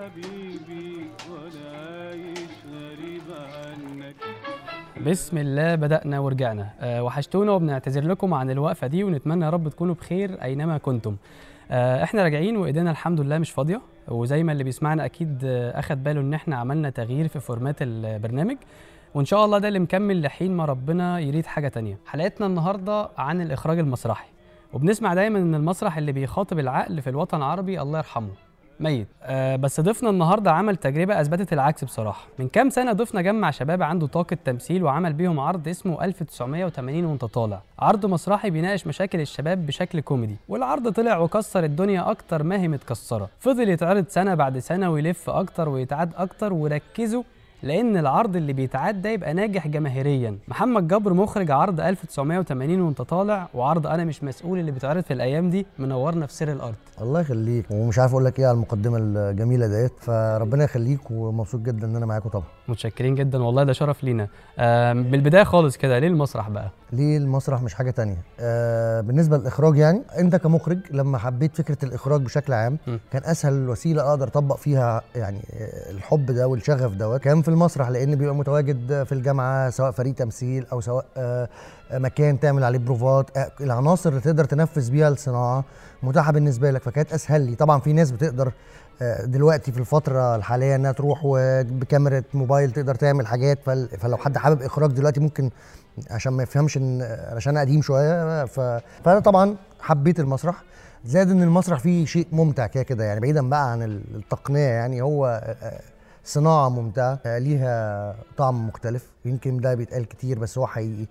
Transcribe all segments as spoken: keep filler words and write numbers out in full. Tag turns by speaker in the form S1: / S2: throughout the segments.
S1: حبيبي وانا عايش غريب عنك.
S2: بسم الله بدأنا ورجعنا. أه وحشتونا وبنعتذر لكم عن الوقفة دي، ونتمنى يا رب تكونوا بخير أينما كنتم. أه احنا راجعين وإيدينا الحمد لله مش فاضية، وزي ما اللي بيسمعنا أكيد أخد باله إن احنا عملنا تغيير في فورمات البرنامج، وإن شاء الله ده اللي مكمل لحين ما ربنا يريد حاجة تانية. حلقتنا النهاردة عن الإخراج المسرحي، وبنسمع دايما إن المسرح اللي بيخاطب العقل في الوطن العربي الله يرحمه ميت. آه بس ضيفنا النهارده عمل تجربه اثبتت العكس بصراحه. من كام سنه ضيفنا جمع شباب عنده طاقه تمثيل وعمل بيهم عرض اسمه ألف وتسعمية وتمانين وانت طالع، عرض مسرحي بيناقش مشاكل الشباب بشكل كوميدي، والعرض طلع وكسر الدنيا اكتر ما هي متكسره. فضل يتعرض سنه بعد سنه ويلف اكتر ويتعاد اكتر، وركزوا لان العرض اللي بيتعاد ده يبقى ناجح جماهيريا. محمد جبر مخرج عرض ألف وتسعمية وتمانين وانت طالع، وعرض انا مش مسؤول اللي بيتعرض في الايام دي، منورنا في سر الارض.
S3: الله يخليك، ومش عارف اقول لك ايه على المقدمه الجميله ديت، فربنا يخليك، ومبسوط جدا ان انا معاكم طبعا.
S2: متشكرين جدا والله، ده شرف لينا. آه بالبدايه خالص كده، ليه المسرح بقى؟
S3: ليه المسرح مش حاجه تانية؟ آه بالنسبه للاخراج، يعني انت كمخرج لما حبيت فكره الاخراج بشكل عام م. كان اسهل وسيله اقدر اطبق فيها يعني الحب ده والشغف دوت كان في المسرح، لان بيبقى متواجد في الجامعه سواء فريق تمثيل او سواء آه مكان تعمل عليه بروفات، آه العناصر اللي تقدر تنفذ بيها الصناعه متاحه بالنسبه لك، فكانت اسهل لي. طبعا في ناس بتقدر دلوقتي في الفتره الحاليه انها تروح وبكاميرا موبايل تقدر تعمل حاجات، فلو حد حابب اخراج دلوقتي ممكن، عشان ما يفهمش ان عشان قديم شويه، فانا طبعا حبيت المسرح، زائد ان المسرح فيه شيء ممتع كده كده، يعني بعيدا بقى عن التقنيه، يعني هو صناعه ممتعه ليها طعم مختلف، يمكن ده بيتقال كتير بس هو حقيقي.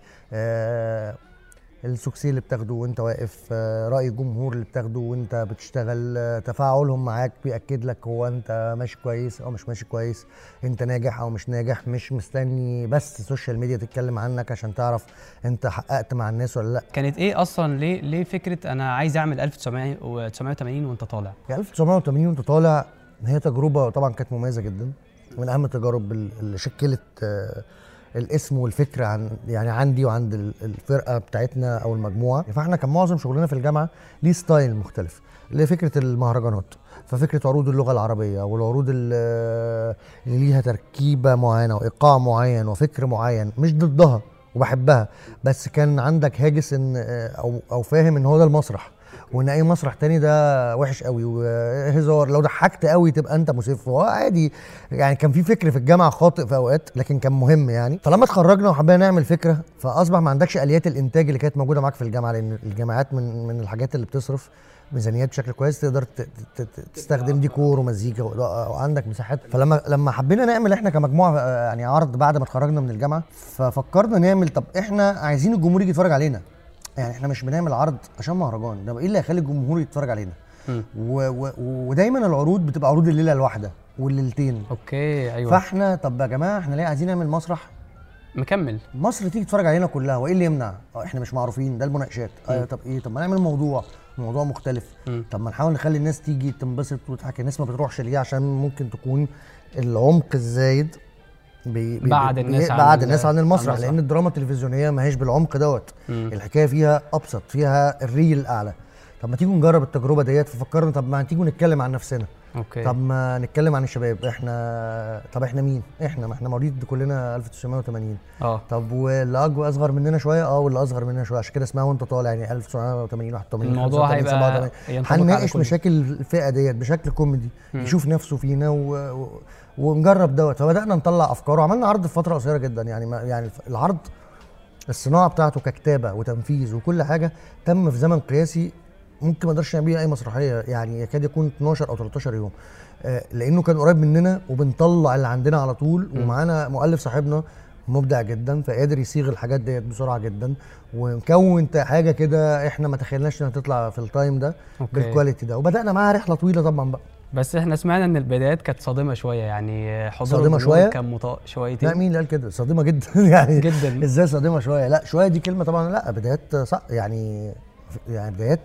S3: السوكسي اللي بتاخده وانت واقف، رأي الجمهور اللي بتاخده وانت بتشتغل، تفاعلهم معاك بيأكد لك هو انت ماشي كويس او مش ماشي كويس، انت ناجح او مش ناجح، مش مستني بس السوشيال ميديا تتكلم عنك عشان تعرف انت حققت مع الناس ولا لا.
S2: كانت ايه اصلا ليه ليه فكره انا عايز اعمل ألف وتسعمية وتمانين وانت طالع؟
S3: يعني ألف وتسعمية وتمانين وانت طالع هي تجربه طبعا كانت مميزه جدا، من اهم التجارب اللي شكلت الاسم والفكره عن يعني عندي وعند الفرقه بتاعتنا او المجموعه. فاحنا كان معظم شغلنا في الجامعه ليه ستايل مختلف، اللي فكره المهرجانات، ففكره عروض اللغه العربيه والعروض اللي ليها تركيبه معينه وايقاع معين وفكر معين، مش ضدها وبحبها، بس كان عندك هاجس ان او او فاهم ان هو ده المسرح، وان اي مسرح تاني ده وحش قوي وهزار، لو ضحكت قوي تبقى انت مسف، وهو عادي يعني. كان في فكر في الجامعه خاطئ في اوقات لكن كان مهم يعني. فلما اتخرجنا وحبينا نعمل فكره، فاصبح ما عندكش اليات الانتاج اللي كانت موجوده معاك في الجامعه، لان الجامعات من من الحاجات اللي بتصرف ميزانيات بشكل كويس، تقدر تستخدم ديكور ومزيكا واضاءه وعندك مساحات. فلما لما حبينا نعمل احنا كمجموعه يعني عرض بعد ما اتخرجنا من الجامعه، ففكرنا نعمل، طب احنا عايزين الجمهور يجي يتفرج علينا، يعني احنا مش بنعمل عرض عشان مهرجان، ده ايه اللي هيخلي الجمهور يتفرج علينا؟ و و ودايما العروض بتبقى عروض الليله الواحده والليلتين.
S2: اوكي ايوه.
S3: فاحنا طب يا جماعه احنا ليه عايزين نعمل مسرح
S2: مكمل
S3: مصر تيجي تتفرج علينا كلها، وايه اللي يمنع؟ اه احنا مش معروفين، ده المناقشات. اه طب ايه، طب ما نعمل موضوع موضوع مختلف، م. طب ما نحاول نخلي الناس تيجي تنبسط وتضحك. الناس ما بتروحش ليه؟ عشان ممكن تكون العمق الزايد بي بي
S2: بعد الناس
S3: عن بعد الناس عن المسرح,
S2: المسرح.
S3: لان الدراما التلفزيونيه ما هيش بالعمق دوت، الحكايه فيها ابسط، فيها الريل الاعلى. طب ما تيجوا نجرب التجربه ديت، ففكرنا طب ما تيجوا نتكلم عن نفسنا.
S2: اوكي.
S3: طب ما نتكلم عن الشباب، احنا طب احنا مين؟ احنا ما احنا مواليد كلنا ألف وتسعمية وتمانين.
S2: اه
S3: طب واللي اكبر اصغر مننا شويه، اه واللي اصغر مننا شويه، عشان كده اسمها وانت طالع، يعني ألف وتسعمية وتمانين واحد وتمانين
S2: الموضوع هيبقى
S3: هنناقش مشاكل الفئه ديت بشكل كوميدي، يشوف نفسه فينا و... و... ونجرب دوت. فبدانا نطلع افكار وعملنا عرض في فتره قصيره جدا، يعني ما يعني العرض الصناعه بتاعته ككتابه وتنفيذ وكل حاجه تم في زمن قياسي ممكن ما اقدرش نعمل بيه اي مسرحيه، يعني يكاد يكون اتناشر او تلتاشر يوم، آه لانه كان قريب مننا وبنطلع اللي عندنا على طول، ومعانا مؤلف صاحبنا مبدع جدا فقادر يصيغ الحاجات ديت بسرعه جدا، ونكون حاجه كده احنا ما تخيلناش انها تطلع في التايم ده بالكواليتي ده. وبدانا معاها رحله طويله طبعا بقى.
S2: بس احنا سمعنا ان البدايات كانت صادمه شويه، يعني حضور
S3: صادمه شويه
S2: كان مطا شويتين.
S3: لا مين اللي قال كده؟ صادمه جدا يعني
S2: جدا.
S3: ازاي صادمه شويه؟ لا شويه دي كلمه طبعا، لا بدايات صح يعني، يعني بدايات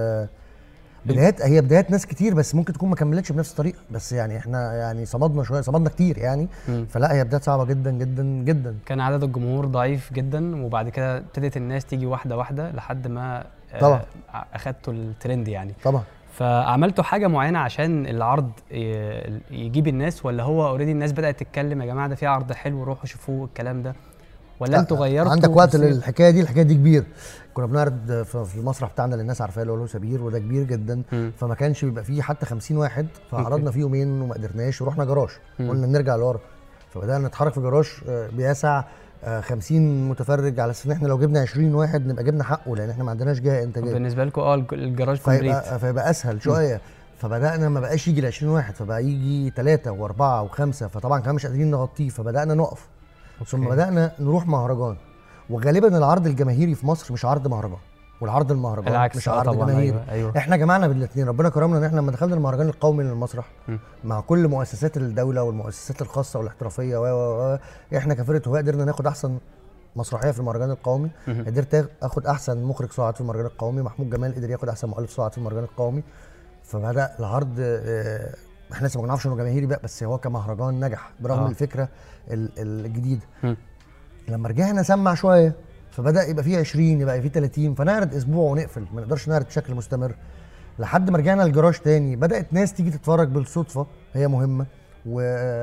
S3: بدايات هي بدايات ناس كتير، بس ممكن تكون ما كملتش بنفس الطريقه، بس يعني احنا يعني صمدنا شويه، صمدنا كتير يعني. م. فلا هي بدايات صعبه جدا جدا جدا.
S2: كان عدد الجمهور ضعيف جدا، وبعد كده ابتدت الناس تيجي واحده واحده لحد ما
S3: طبعا
S2: اخدتوا الترند يعني.
S3: طبعا.
S2: فعملتوا حاجه معينه عشان العرض ي- يجيب الناس، ولا هو اوريدي الناس بدات تتكلم يا جماعه ده في عرض حلو روحوا شوفوه الكلام ده، ولا انتوا غيرتوا؟
S3: عندك وقت
S2: بس-
S3: للحكايه دي؟ الحكايه دي كبير. كنا بنعرض في في المسرح بتاعنا اللي الناس عارفاه اللي هو له سبير، وده كبير جدا.
S2: مم.
S3: فما كانش بيبقى فيه حتى خمسين واحد، فعرضنا
S2: أوكي.
S3: فيه يومين وما قدرناش ورحنا جراج.
S2: مم.
S3: قلنا نرجع لورا، فبدانا نتحرك في جراج آه، بيسع آه، خمسين متفرج، على اساس ان احنا لو جبنا عشرين واحد نبقى جبنا حقه، لان احنا ما عندناش جهه انتاجيه.
S2: بالنسبه لكم اه الج- الجراج كومبليت.
S3: فيبقى فيبقى اسهل شويه. فبدانا ما بقاش يجي ل عشرين واحد، فبقى يجي ثلاثه واربعه وخمسه، فطبعا كمان مش قادرين نغطيه، فبدانا نقف. ثم
S2: أوكي.
S3: بدانا نروح مهرجان. وغالبا العرض الجماهيري في مصر مش عرض مهرجان، والعرض المهرجان
S2: بالعكس
S3: مش
S2: آه
S3: عرض
S2: طبعاً،
S3: جماهيري.
S2: أيوة أيوة.
S3: احنا جمعنا بين الاثنين. ربنا كرمنا ان احنا لما دخلنا المهرجان القومي للمسرح
S2: م.
S3: مع كل مؤسسات الدوله والمؤسسات الخاصه والاحترافيه و و و احنا كفرقه هواء قدرنا ناخد احسن مسرحيه في المهرجان القومي.
S2: مهم.
S3: قدرت اخد احسن مخرج صاعد في المهرجان القومي. محمود جمال قدر ياخد احسن مؤلف صاعد في المهرجان القومي. فبدا العرض آه، احنا لسه ما نعرفش انه جماهيري بقى، بس هو كمهرجان نجح برغم
S2: آه.
S3: الفكره ال- الجديده.
S2: م.
S3: لما رجعنا سمع شويه فبدا يبقى فيه عشرين، يبقى فيه ثلاثين، فنعرض اسبوع ونقفل، ما نقدرش نعرض بشكل مستمر. لحد ما رجعنا الجراج تاني بدات ناس تيجي تتفرج بالصدفه، هي مهمه، و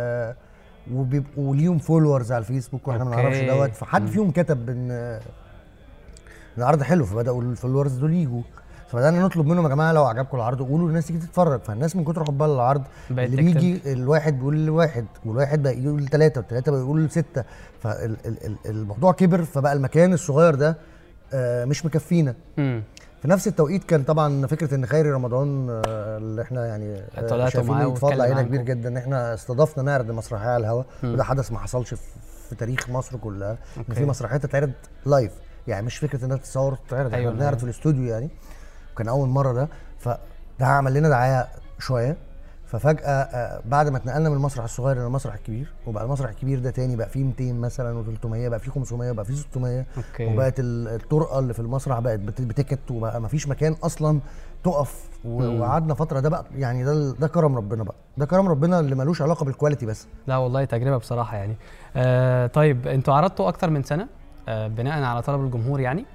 S3: وبيبقوا ليهم فولورز على الفيسبوك واحنا ما
S2: أوكي.
S3: نعرفش دوت. فحد
S2: مم.
S3: فيهم كتب ان ان العرض حلو، فبداوا الفولورز دول يجوا. فبدانا نطلب منهم يا جماعه لو عجبكم العرض قولوا للناس تيجي تتفرج. فالناس من كتر حبها للعرض
S2: بقت
S3: اللي
S2: تكتب.
S3: بيجي الواحد بيقول لواحد، والواحد بقى يقول لثلاثه، والثلاثه بقى يقولوا لسته. فالموضوع كبر، فبقى المكان الصغير ده آه، مش مكفينا.
S2: مم.
S3: في نفس التوقيت كان طبعا فكره ان خيري رمضان آه، اللي احنا يعني آه،
S2: طلعتوا
S3: شايفين
S2: معاه
S3: يتفضل
S2: واتكلم
S3: علينا
S2: عنكم.
S3: كبير جدا ان احنا استضفنا نعرض المسرحيه على الهواء.
S2: مم.
S3: وده حدث ما حصلش في, في تاريخ مصر كلها، ان
S2: أوكي.
S3: في مسرحيات تتعرض لايف، يعني مش فكره انها تتصور وتتعرض. احنا
S2: أيوة،
S3: بنعرض
S2: أيوة.
S3: في الاستوديو يعني، وكان اول مره ده. فده عمل لنا دعايه شويه. ففجاه آه، بعد ما اتنقلنا من المسرح الصغير للمسرح الكبير، وبقى المسرح الكبير ده تاني بقى فيه مئتين مثلا و300، بقى فيه خمسمية، بقى فيه ستمية.
S2: اوكي.
S3: وبقت ال- الطرقه اللي في المسرح بقت بت- بتكت، وبقى ما فيش مكان اصلا تقف. و-
S2: مم.
S3: وقعدنا فتره. ده بقى يعني ده ده كرم ربنا بقى، ده كرم ربنا اللي ملوش علاقه بالكواليتي بس.
S2: لا والله تجربه بصراحه يعني. آه طيب انتوا عرضتوا اكتر من سنه آه بناء على طلب الجمهور يعني.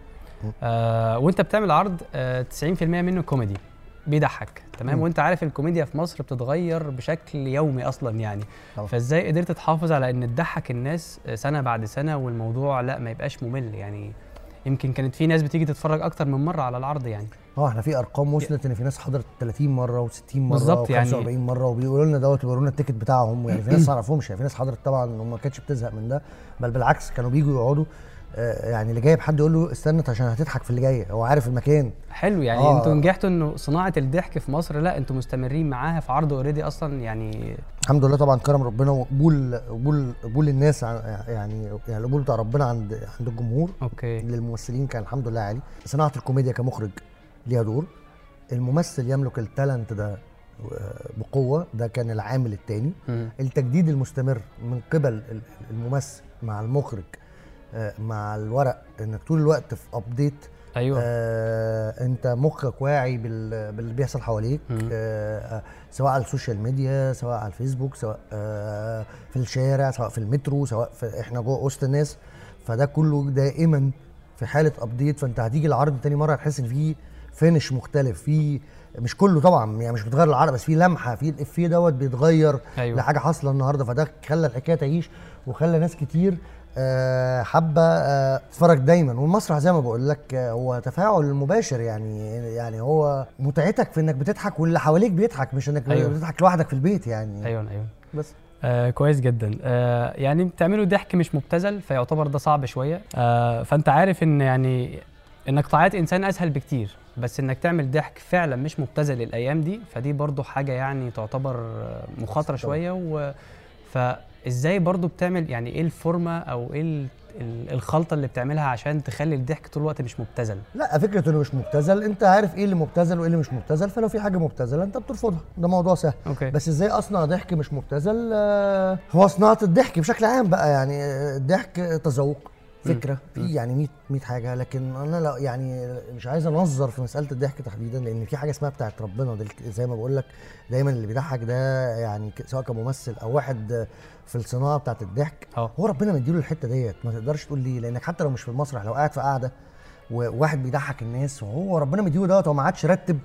S2: آه وانت بتعمل عرض آه تسعين في المية منه كوميدي بيضحك تمام.
S3: مم.
S2: وانت عارف الكوميديا في مصر بتتغير بشكل يومي اصلا يعني.
S3: طبعا.
S2: فازاي قدرت تحافظ على ان تضحك الناس سنه بعد سنه والموضوع لا ما يبقاش ممل يعني؟ يمكن كانت في ناس بتيجي تتفرج اكتر من مره على العرض يعني.
S3: اه احنا في ارقام وصلت ان في ناس حضرت ثلاثين مره و60 مره
S2: بالظبط يعني.
S3: و45 مره، وبيقولوا لنا دوت ويورونا التيكت بتاعهم. يعني في ناس ما نعرفهمش، يعني في ناس حضرت طبعا وما كانتش بتزهق من ده، بل بالعكس كانوا بيجوا يقعدوا. آه يعني اللي جايب حد يقول له استنت عشان هتضحك في اللي جاي، هو عارف المكان.
S2: حلو يعني.
S3: آه.
S2: انتوا نجحتوا انه صناعه الضحك في مصر لا انتوا مستمرين معاها في عرض اوريدي اصلا يعني.
S3: الحمد لله طبعا كرم ربنا وقبول قبول قبول الناس ع- يعني يعني القبول بتاع ربنا عند عند الجمهور
S2: اوكي.
S3: للممثلين كان الحمد لله عالي. صناعه الكوميديا كمخرج ليها دور. الممثل يملك التالنت ده آه، بقوه، ده كان العامل الثاني.
S2: مم.
S3: التجديد المستمر من قبل ال- الممثل مع المخرج آه، مع الورق، انك طول الوقت في ابديت.
S2: ايوه.
S3: آه انت مخك واعي بال- باللي بيحصل حواليك.
S2: مم.
S3: آه آه، سواء على السوشيال ميديا، سواء على الفيسبوك، سواء آه في الشارع، سواء في المترو، سواء في احنا جوه وسط الناس. فده كله دائما في حاله ابديت. فانت هتيجي العرض تاني مره هتحس ان في فينش مختلف، في مش كله طبعا يعني مش بتغير العرض، بس في لمحه في الافيه دوت بيتغير
S2: أيوة.
S3: لحاجه حاصله النهارده. فده خلى الحكايه تعيش، وخلى ناس كتير آه، حابه آه، تتفرج دايما. والمسرح زي ما بقول لك آه، هو تفاعل مباشر يعني. يعني هو متعتك في انك بتضحك واللي حواليك بيضحك، مش انك
S2: أيوة.
S3: بتضحك لوحدك في البيت يعني.
S2: ايوه ايوه.
S3: بس
S2: آه كويس جدا. آه يعني بتعملوا ضحك مش مبتذل فيعتبر ده صعب شويه. آه فانت عارف ان يعني انك تعيط انسان اسهل بكتير، بس انك تعمل ضحك فعلا مش مبتذل الايام دي فدي برضو حاجه يعني تعتبر آه، مخاطره شويه. و فازاي برضو بتعمل يعني ايه الفورمه او ايه ال- ال- الخلطه اللي بتعملها عشان تخلي الضحك طول الوقت مش مبتذل؟
S3: لا، فكره انه مش مبتذل، انت عارف ايه اللي مبتذل وايه اللي مش مبتذل. فلو في حاجه مبتذله انت بترفضها، ده موضوع سهل.
S2: اوكي.
S3: بس ازاي اصنع ضحك مش مبتذل؟ آه، هو صناعه الضحك بشكل عام بقى يعني. آه، الضحك تذوق، فكره في يعني مية مية حاجه. لكن انا لا يعني مش عايز انظر في مساله الضحك تحديدا، لان في حاجه اسمها بتاعت ربنا. ده زي ما بقول لك دايما اللي بيضحك ده يعني ك- سواء كممثل او واحد في الصناعه بتاعت الضحك،
S2: اه.
S3: هو ربنا مديله الحته ديت. ما تقدرش تقول ليه، لانك حتى لو مش في المسرح، لو قاعد في قاعده وواحد بيضحك الناس وهو ربنا مديله دوت، هو ما عادش رتب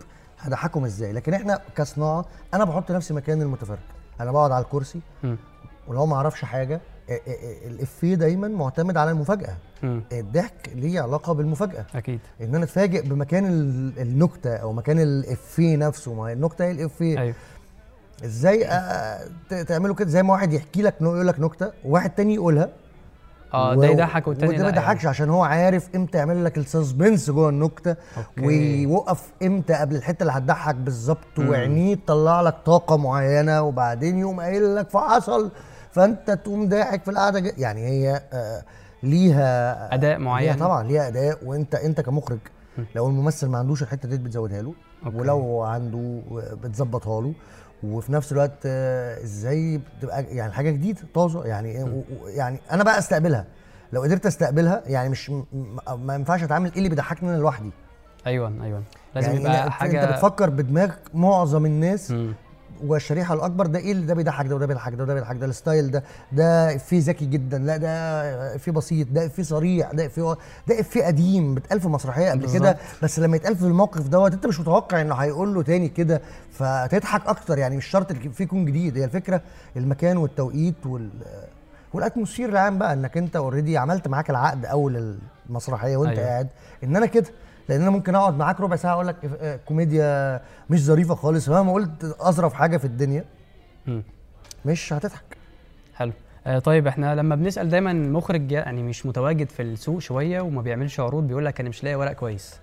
S3: هضحكهم ازاي؟ لكن احنا كصناعه انا بحط نفسي مكان المتفرج، انا بقعد على الكرسي
S2: م.
S3: ولو ما اعرفش حاجه الافيه دايما معتمد على المفاجاه. م. الضحك ليه علاقه بالمفاجاه
S2: اكيد،
S3: ان انا اتفاجئ بمكان النكته او مكان الافيه نفسه. ما هي النكته هي الافيه.
S2: ايوه.
S3: ازاي تعملوا كده؟ زي ما واحد يحكي لك يقول لك نكته وواحد تاني يقولها،
S2: اه ده يضحك والتاني
S3: وده ما يضحكش يعني. عشان هو عارف امتى يعمل لك السسبنس جوه النكته، ويوقف امتى قبل الحته اللي هتضحك بالظبط، وعينيه تطلع لك طاقه معينه، وبعدين يقوم قايل لك فحصل، فانت تقوم ضاحك في القعده. يعني هي آه ليها
S2: اداء معين.
S3: ليها طبعا ليها اداء، وانت انت كمخرج لو الممثل ما عندوش الحته دي بتزودها له، أوكي. ولو عنده بتظبطها له، وفي نفس الوقت آه ازاي بتبقى يعني حاجه جديده طازه. يعني يعني انا بقى استقبلها لو قدرت استقبلها. يعني مش ما ينفعش اتعامل ايه اللي بيضحكني انا لوحدي.
S2: ايوه ايوه لازم
S3: يعني
S2: يبقى حاجه
S3: انت بتفكر بدماغ معظم الناس م. والشريحه الاكبر ده ايه اللي ده بيضحك ده وده بيضحك ده وده بيضحك ده الستايل ده ده افيه ذكي جدا، لا ده افيه بسيط، ده افيه صريح، ده افيه ده افيه قديم بيتقال في مسرحيه قبل كده، بس لما يتقال في الموقف دوت انت مش متوقع انه هيقول له تاني كده فتضحك اكتر. يعني مش شرط الافيه يكون جديد، هي الفكره المكان والتوقيت وال والاتموسفير العام بقى، انك انت اوريدي عملت معاك العقد اول المسرحيه وانت أيوة. قاعد ان انا كده. لان انا ممكن اقعد معاك ربع ساعه اقول لك كوميديا مش ظريفه خالص، مهما قلت اظرف حاجه في الدنيا م. مش هتضحك.
S2: حلو. آه طيب احنا لما بنسال دايما مخرج يعني مش متواجد في السوق شويه وما بيعملش عروض بيقول لك انا مش لاقي ورق كويس،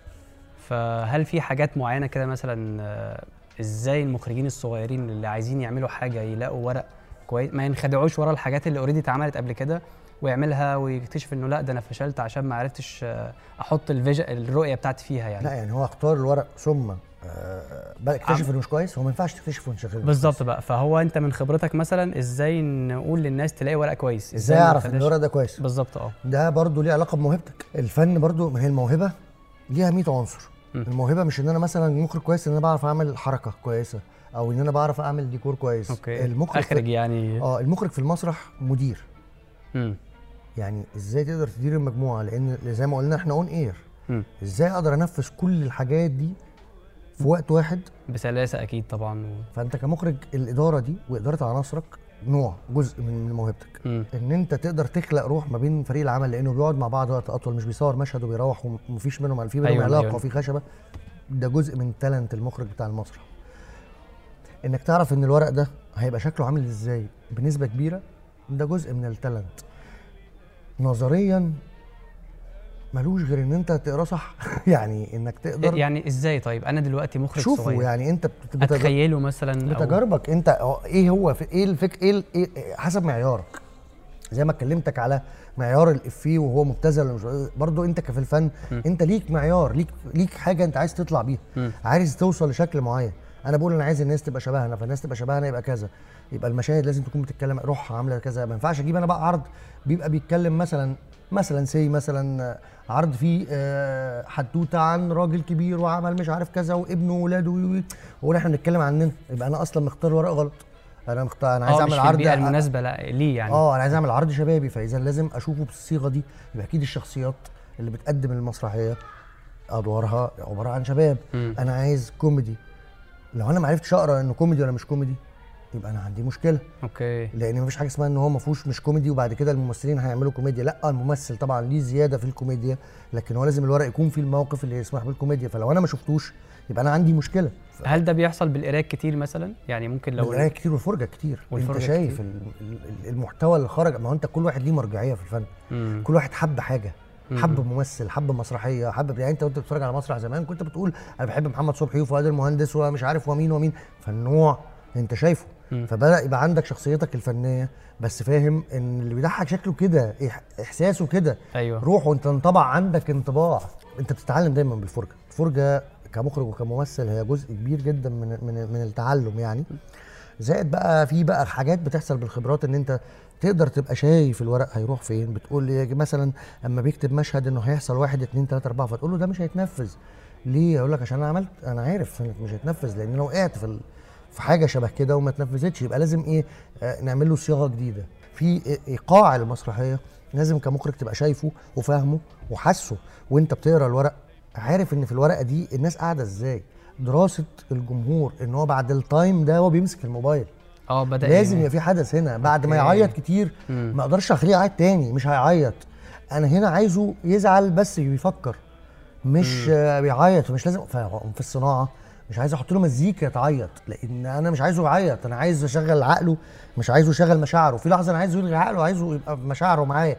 S2: فهل في حاجات معينه كده مثلا آه ازاي المخرجين الصغيرين اللي عايزين يعملوا حاجه يلاقوا ورق كويس، ما ينخدعوش ورا الحاجات اللي اوريدي اتعملت قبل كده ويعملها ويكتشف انه لا ده انا فشلت عشان ما عرفتش احط الفيجن الرؤيه بتاعتي فيها يعني؟
S3: لا يعني هو اختار الورق ثم بقى اكتشف انه مش كويس. هو ما ينفعش تكتشف وانت شغال
S2: بالظبط بقى. فهو انت من خبرتك مثلا ازاي نقول للناس تلاقي ورق كويس؟
S3: ازاي اعرف ان الورق ده كويس؟
S2: بالظبط. اه
S3: ده برضو ليه علاقه بموهبتك. الفن برضو ما هي الموهبه ليها مية عنصر. م. الموهبه مش ان انا مثلا مخرج كويس ان انا بعرف اعمل حركه كويسه او ان انا بعرف اعمل ديكور كويس.
S2: اوكي.
S3: المخرج
S2: اخرج يعني
S3: اه المخرج في المسرح مدير.
S2: امم
S3: يعني ازاي تقدر تدير المجموعه، لان زي ما قلنا احنا اون اير. ازاي اقدر انفذ كل الحاجات دي في وقت واحد
S2: بسلاسه؟ اكيد طبعا. و...
S3: فانت كمخرج الاداره دي واداره عناصرك نوع جزء من موهبتك. م. ان انت تقدر تخلق روح ما بين فريق العمل، لانه بيقعد مع بعض وقت اطول، مش بيصور مشهد وبيروح ومفيش منهم في بينهم أيوة علاقه أيوة. وفي خشبه. ده جزء من تالنت المخرج بتاع المسرح، انك تعرف ان الورق ده هيبقى شكله عامل ازاي بنسبه كبيره. ده جزء من التالنت. نظريا ملوش غير ان انت تقرا صح. يعني انك تقدر
S2: يعني ازاي؟ طيب انا دلوقتي مخرج
S3: شوفه
S2: صغير
S3: يعني انت
S2: بتجرب اتخيله مثلا
S3: بتجاربك انت ايه هو في ايه الفك ايه, إيه حسب معيارك. زي ما اتكلمتك على معيار الافيه وهو مبتذل برضو انت كفي الفن م. انت ليك معيار، ليك ليك حاجه انت عايز تطلع بيها، م. عايز توصل لشكل معين. انا بقول انا عايز الناس تبقى شبهنا، فالناس تبقى شبهنا يبقى كذا، يبقى المشاهد لازم تكون بتتكلم روحها عامله كذا. ما ينفعش اجيب انا بقى عرض بيبقى بيتكلم مثلا مثلا سي مثلا عرض فيه حدوته عن راجل كبير وعمل مش عارف كذا وابنه وولاده واقول احنا بنتكلم عننا، يبقى انا اصلا مختار ورق غلط. انا مختار انا عايز اعمل عرض
S2: مش المناسبه ليه يعني.
S3: اه انا عايز اعمل عرض شبابي، فاذا لازم اشوفه بالصيغه دي. يبقى اكيد الشخصيات اللي بتقدم المسرحيه ادوارها عباره عن شباب. م. انا عايز كوميدي. لو انا ما عرفتش اقرا انه كوميدي ولا مش كوميدي يبقى انا عندي مشكله.
S2: اوكي.
S3: لان مفيش حاجه اسمها ان هو ما فيهوش مش كوميدي وبعد كده الممثلين هيعملوا كوميديا. لا، الممثل طبعا ليه زياده في الكوميديا، لكن هو لازم الورق يكون فيه الموقف اللي يسمح بالكوميديا. فلو انا ما شفتوش يبقى انا عندي مشكله.
S2: ف... هل ده بيحصل بالقرايه كتير مثلا؟ يعني ممكن لو
S3: القرايه كتير والفرجه كتير.
S2: والفرجة
S3: انت شايف كتير. المحتوى اللي خرج، ما هو انت كل واحد ليه مرجعيه في الفن. مم. كل واحد حب حاجه، حب ممثل، حب مسرحيه، حب يعني انت وانت بتتفرج على مسرح زمان كنت بتقول انا بحب محمد صبحي وفؤاد المهندس ومش عارف ومين ومين، فالنوع انت شايفه. م. فبدأ يبقى عندك شخصيتك الفنيه بس فاهم ان اللي بيضحك شكله كده، احساسه كده،
S2: ايوه
S3: روحه انت انطبع عندك انطباع. انت بتتعلم دايما بالفرجه. الفرجه كمخرج وكممثل هي جزء كبير جدا من من من التعلم يعني. زائد بقى في بقى حاجات بتحصل بالخبرات ان انت تقدر تبقى شايف الورق هيروح فين. بتقول لي مثلا اما بيكتب مشهد انه هيحصل واحد اتنين تلاته اربعه، فتقول له ده مش هيتنفذ ليه؟ يقول لك عشان انا عملت انا عارف مش هيتنفذ لان انا وقعت في ال... في حاجه شبه كده وما اتنفذتش. يبقى لازم ايه آه نعمل له صياغه جديده. في ايقاع المسرحيه لازم كمخرج تبقى شايفه وفاهمه وحاسه وانت بتقرا الورق، عارف ان في الورقه دي الناس قاعده ازاي، دراسه الجمهور ان هو بعد التايم ده هو بيمسك الموبايل.
S2: اه بدا
S3: لازم
S2: يعني.
S3: يبقى في حدث هنا بعد ما
S2: أوكي.
S3: يعيط كتير.
S2: مم.
S3: ما اقدرش اخليه يعيط تاني، مش هيعيط. انا هنا عايزه يزعل بس بيفكر، مش آه بيعيط. مش لازم في الصناعه مش عايز احط له مزيكا تعيط، لان انا مش عايزه يعيط، انا عايز اشغل عقله، مش عايزه يشغل مشاعره. في لحظه انا عايزه يلغي عقله، عايزه يبقى مشاعره معايا.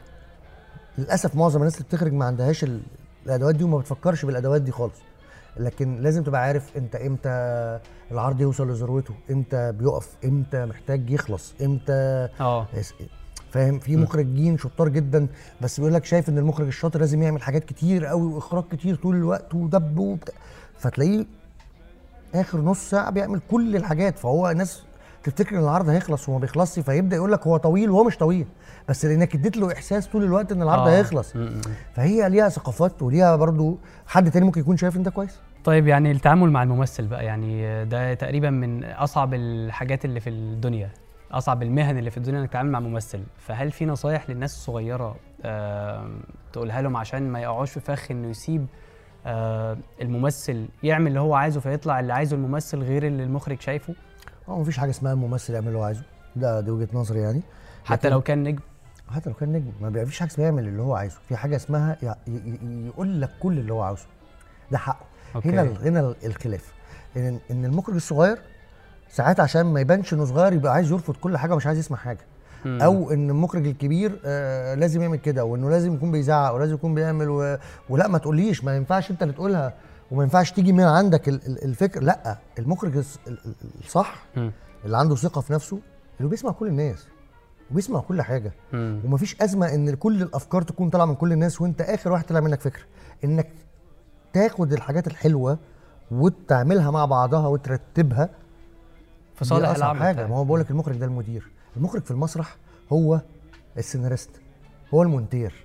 S3: للاسف معظم الناس اللي بتخرج ما عندهاش الادوات دي وما بتفكرش بالادوات دي خالص. لكن لازم تبقى عارف انت امتى العرض يوصل لذروته، امتى بيقف، امتى محتاج يخلص، امتى
S2: اه
S3: فاهم. في مخرجين شطار جدا بس بيقول لك شايف ان المخرج الشاطر لازم يعمل حاجات كتير قوي واخراج كتير طول الوقت ودب وبتاع، فتلاقيه اخر نص ساعه بيعمل كل الحاجات. فهو الناس تفتكر ان العرض هيخلص وما بيخلصش، فيبدا يقول لك هو طويل وهو مش طويل، بس لانك اديت له احساس طول الوقت ان العرض
S2: آه.
S3: هيخلص. فهي ليها ثقافات وليها برضو حد تاني ممكن يكون شايف ان ده كويس.
S2: طيب يعني التعامل مع الممثل بقى، يعني ده تقريبا من اصعب الحاجات اللي في الدنيا، اصعب المهن اللي في الدنيا انك تتعامل مع ممثل. فهل في نصايح للناس الصغيره آه تقولها لهم عشان ما يقعوش في فخ انه يسيب آه الممثل يعمل اللي هو عايزه فيطلع اللي عايزه الممثل غير اللي المخرج شايفه؟
S3: هو مفيش حاجه اسمها الممثل يعمل اللي هو عايزه، ده دي وجهه نظري يعني.
S2: حتى لو كان نجم؟
S3: حتى لو كان نجم ما بيبقى فيش حاجه اسمها يعمل اللي هو عايزه، في حاجه اسمها يقول لك كل اللي هو عاوزه، ده حقه. أوكي. هنا هنا الخلاف ان ان المخرج الصغير ساعات عشان ما يبانش انه صغير يبقى عايز يرفض كل حاجه ومش عايز يسمع حاجه. مم. او ان المخرج الكبير آه لازم يعمل كده، وانه لازم يكون بيزعق ولازم يكون بيعمل و... ولا ما تقوليش، ما ينفعش انت اللي تقولها وما ينفعش تيجي من عندك الفكر. لا، المخرج الصح مم. اللي عنده ثقه في نفسه اللي بيسمع كل الناس وبيسمع كل حاجه. مم. ومفيش ازمه ان كل الافكار تكون طالعه من كل الناس وانت اخر واحد طلع منك فكره. انك تاخد الحاجات الحلوه وتعملها مع بعضها وترتبها
S2: في صالح العمل.
S3: حاجه. ما هو بقول لك المخرج ده المدير، المخرج في المسرح هو السيناريست، هو المونتير،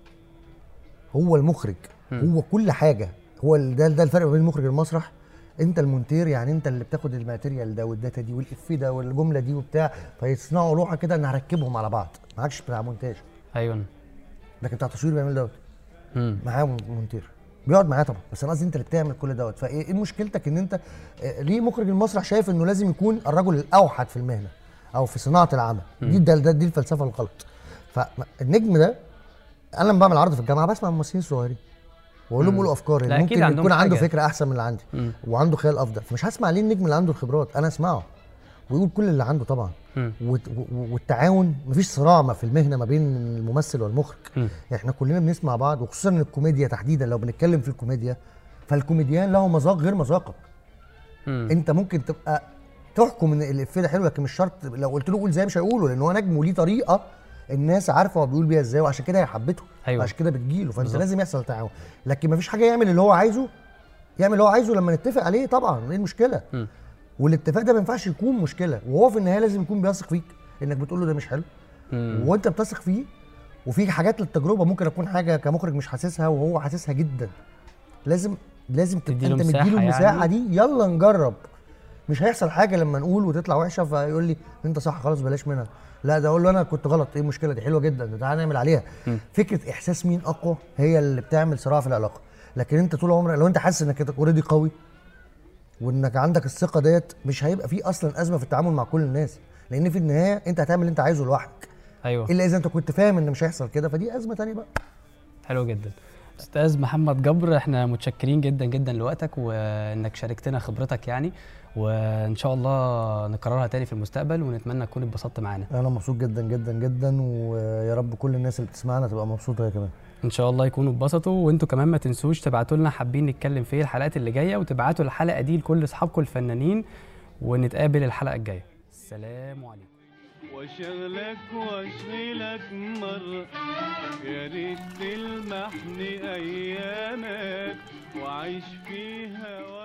S3: هو المخرج. م. هو كل حاجه. هو ده ده الفرق بين المخرج والمسرح. انت المونتير يعني انت اللي بتاخد الماتيريال ده والداتا دي والافيه ده والجمله دي وبتاع، فيصنعوا لوحه كده ان هركبهم على بعض. معكش بتاع مونتاج.
S2: ايوه.
S3: لكن بتاع تصوير بيعمل دوت معاه مونتير بيقعد معاه طبعا، بس انا قصدي انت اللي بتعمل كل دوت. فايه مشكلتك ان انت ليه مخرج المسرح شايف انه لازم يكون الرجل الاوحد في المهنه او في صناعه العمل؟ دي ده, ده دي الفلسفه الغلط. فالنجم ده انا لما بعمل عرض في الجامعه بسمع الممثلين الصغيرين واقول لهم قولوا افكار، يعني ممكن يكون عنده فكره احسن من اللي عندي مم. وعنده خيال افضل، فمش هسمع ليه النجم اللي عنده الخبرات، انا اسمعه ويقول كل اللي عنده طبعا. والتعاون، مفيش صراع ما في المهنه ما بين الممثل والمخرج. يعني احنا كلنا بنسمع بعض، وخصوصا ان الكوميديا تحديدا لو بنتكلم في الكوميديا فالكوميديان له مذاق غير مذاقك. مم. انت ممكن تبقى تحكم ان الافيه ده حلو، لكن مش شرط لو قلت له قول زي مش هيقوله، لان هو نجم وليه طريقه الناس عارفه هو بيقول بيها ازاي، وعشان كده هي حبته. أيوة. عشان كده بتجيله، فانت بالزبط. لازم يحصل تعاون. لكن مفيش حاجه يعمل اللي هو عايزه، يعمل اللي هو عايزه لما نتفق عليه طبعا، ايه المشكله؟ م. والاتفاق ده ما ينفعش يكون مشكله، وهو في النهايه لازم يكون بيثق فيك انك بتقول له ده مش حلو م. وانت بتثق فيه. وفي حاجات للتجربه ممكن اكون حاجه كمخرج مش حاسسها وهو حاسسها جدا، لازم لازم تبقى انت مديله المساحه يعني. دي يلا نجرب. مش هيحصل حاجه لما نقول وتطلع وحشه فيقول لي انت صح خلاص بلاش منها، لا ده اقول له انا كنت غلط، ايه المشكله؟ دي حلوه جدا، ده تعالى نعمل عليها. م. فكره احساس مين اقوى هي اللي بتعمل صراع في العلاقه. لكن انت طول عمرك لو انت حاسس انك اوريدي قوي وانك عندك الثقه ديت، مش هيبقى في اصلا ازمه في التعامل مع كل الناس، لان في النهايه انت هتعمل اللي انت عايزه لوحدك. ايوه. الا اذا انت كنت فاهم ان مش هيحصل كده، فدي ازمه ثانيه بقى.
S2: حلو جدا. استاذ محمد جبر، احنا متشكرين جدا جدا لوقتك وانك شاركتنا خبرتك يعني، وان شاء الله نكررها تاني في المستقبل، ونتمنى تكون اتبسطت معانا.
S3: انا مبسوط جدا جدا جدا، ويا رب كل الناس اللي بتسمعنا تبقى مبسوطه هي كمان.
S2: ان شاء الله يكونوا اتبسطوا. وانتوا كمان ما تنسوش تبعتوا لنا حابين نتكلم في الحلقات اللي جايه، وتبعتوا الحلقه دي لكل اصحابكم الفنانين، ونتقابل الحلقه الجايه. السلام عليكم.
S1: واشغلك واشغلك مرة، يا ريت تلمحني ايامك وعيش فيها.